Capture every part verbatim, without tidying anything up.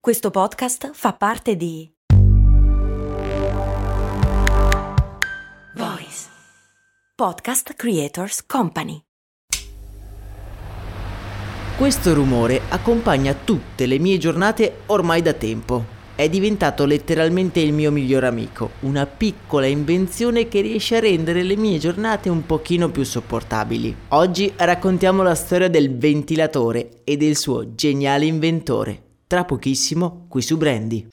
Questo podcast fa parte di Voice Podcast Creators Company. Questo rumore accompagna tutte le mie giornate ormai da tempo. È diventato letteralmente il mio miglior amico, una piccola invenzione che riesce a rendere le mie giornate un pochino più sopportabili. Oggi raccontiamo la storia del ventilatore e del suo geniale inventore. Tra pochissimo qui su Brandy.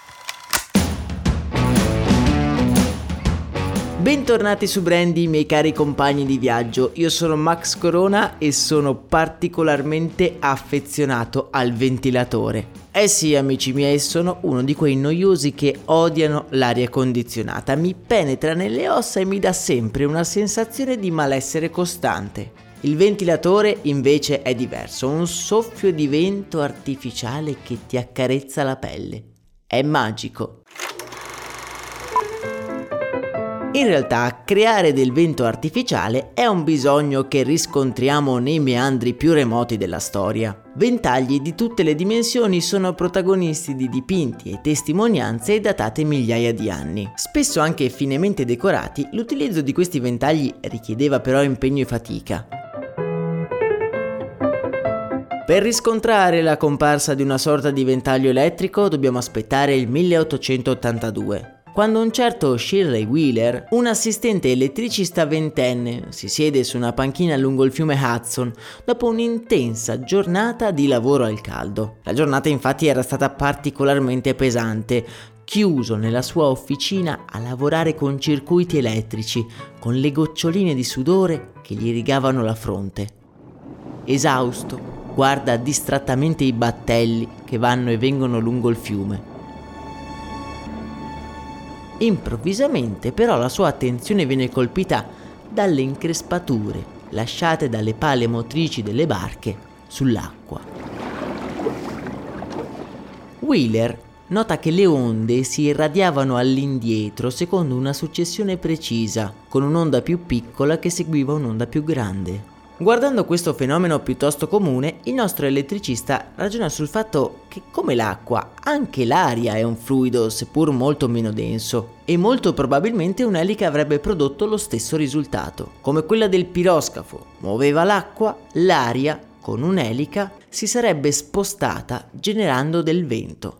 Bentornati su Brandy, miei cari compagni di viaggio. Io sono Max Corona e sono particolarmente affezionato al ventilatore. Eh sì, amici miei, sono uno di quei noiosi che odiano l'aria condizionata. Mi penetra nelle ossa e mi dà sempre una sensazione di malessere costante. Il ventilatore invece è diverso, un soffio di vento artificiale che ti accarezza la pelle. È magico. In realtà, creare del vento artificiale è un bisogno che riscontriamo nei meandri più remoti della storia. Ventagli di tutte le dimensioni sono protagonisti di dipinti e testimonianze datate migliaia di anni. Spesso anche finemente decorati, l'utilizzo di questi ventagli richiedeva però impegno e fatica. Per riscontrare la comparsa di una sorta di ventaglio elettrico dobbiamo aspettare il milleottocentottantadue, quando un certo Shirley Wheeler, un assistente elettricista ventenne, si siede su una panchina lungo il fiume Hudson dopo un'intensa giornata di lavoro al caldo. La giornata infatti era stata particolarmente pesante, chiuso nella sua officina a lavorare con circuiti elettrici, con le goccioline di sudore che gli irrigavano la fronte. Esausto, guarda distrattamente i battelli che vanno e vengono lungo il fiume. Improvvisamente però la sua attenzione viene colpita dalle increspature lasciate dalle pale motrici delle barche sull'acqua. Wheeler nota che le onde si irradiavano all'indietro secondo una successione precisa, con un'onda più piccola che seguiva un'onda più grande. Guardando questo fenomeno piuttosto comune, il nostro elettricista ragiona sul fatto che, come l'acqua, anche l'aria è un fluido seppur molto meno denso, e molto probabilmente un'elica avrebbe prodotto lo stesso risultato. Come quella del piroscafo muoveva l'acqua, l'aria, con un'elica, si sarebbe spostata generando del vento.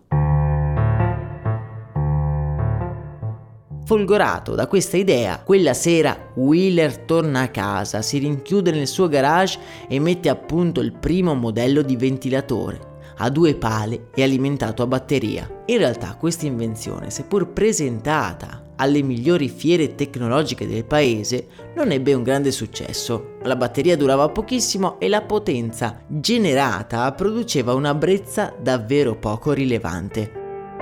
Folgorato da questa idea, quella sera Wheeler torna a casa, si rinchiude nel suo garage e mette a punto il primo modello di ventilatore, a due pale e alimentato a batteria. In realtà questa invenzione, seppur presentata alle migliori fiere tecnologiche del paese, non ebbe un grande successo. La batteria durava pochissimo e la potenza generata produceva una brezza davvero poco rilevante.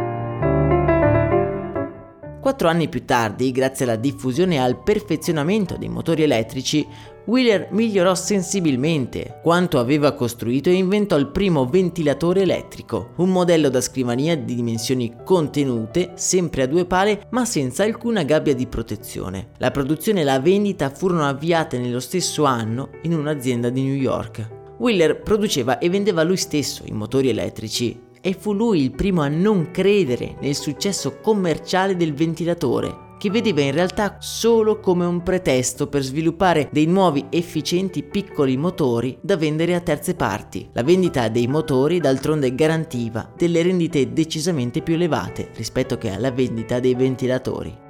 Quattro anni più tardi, grazie alla diffusione e al perfezionamento dei motori elettrici, Wheeler migliorò sensibilmente quanto aveva costruito e inventò il primo ventilatore elettrico, un modello da scrivania di dimensioni contenute, sempre a due pale ma senza alcuna gabbia di protezione. La produzione e la vendita furono avviate nello stesso anno in un'azienda di New York. Wheeler produceva e vendeva lui stesso i motori elettrici, e fu lui il primo a non credere nel successo commerciale del ventilatore, che vedeva in realtà solo come un pretesto per sviluppare dei nuovi efficienti piccoli motori da vendere a terze parti. La vendita dei motori d'altronde garantiva delle rendite decisamente più elevate rispetto che alla vendita dei ventilatori.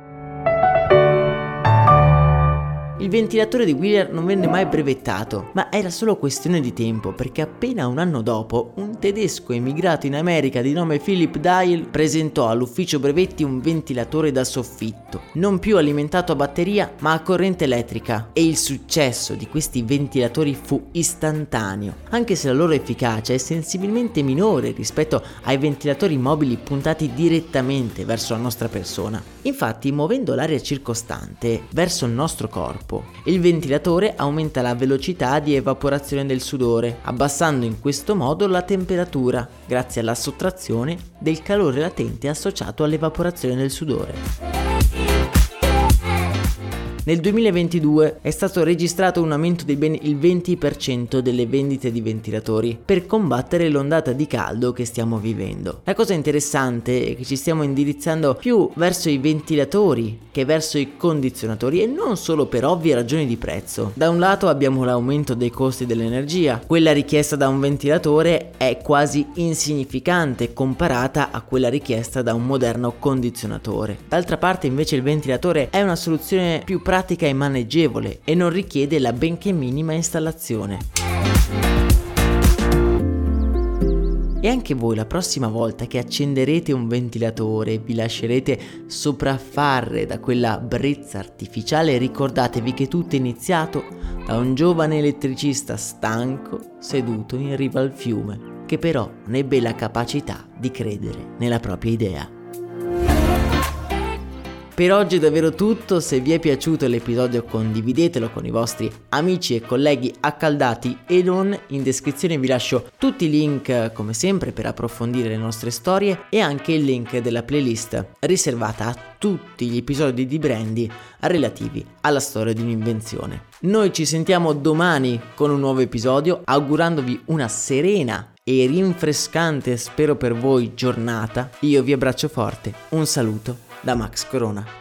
Il ventilatore di Wheeler non venne mai brevettato, ma era solo questione di tempo, perché appena un anno dopo un tedesco emigrato in America di nome Philip Dial presentò all'ufficio brevetti un ventilatore da soffitto, non più alimentato a batteria ma a corrente elettrica, e il successo di questi ventilatori fu istantaneo, anche se la loro efficacia è sensibilmente minore rispetto ai ventilatori mobili puntati direttamente verso la nostra persona. Infatti, muovendo l'aria circostante verso il nostro corpo, il ventilatore aumenta la velocità di evaporazione del sudore, abbassando in questo modo la temperatura, grazie alla sottrazione del calore latente associato all'evaporazione del sudore. Nel duemilaventidue è stato registrato un aumento di ben il venti per cento delle vendite di ventilatori per combattere l'ondata di caldo che stiamo vivendo. La cosa interessante è che ci stiamo indirizzando più verso i ventilatori che verso i condizionatori, e non solo per ovvie ragioni di prezzo. Da un lato abbiamo l'aumento dei costi dell'energia, quella richiesta da un ventilatore è quasi insignificante comparata a quella richiesta da un moderno condizionatore. D'altra parte invece il ventilatore è una soluzione più pratica e maneggevole e non richiede la benché minima installazione. E anche voi la prossima volta che accenderete un ventilatore e vi lascerete sopraffare da quella brezza artificiale, ricordatevi che tutto è iniziato da un giovane elettricista stanco seduto in riva al fiume, che però non ebbe la capacità di credere nella propria idea. Per oggi è davvero tutto. Se vi è piaciuto l'episodio condividetelo con i vostri amici e colleghi accaldati e non. In descrizione vi lascio tutti i link come sempre per approfondire le nostre storie e anche il link della playlist riservata a tutti gli episodi di Brandy relativi alla storia di un'invenzione. Noi ci sentiamo domani con un nuovo episodio, augurandovi una serena e rinfrescante, spero per voi, giornata. Io vi abbraccio forte. Un saluto da Max Corona.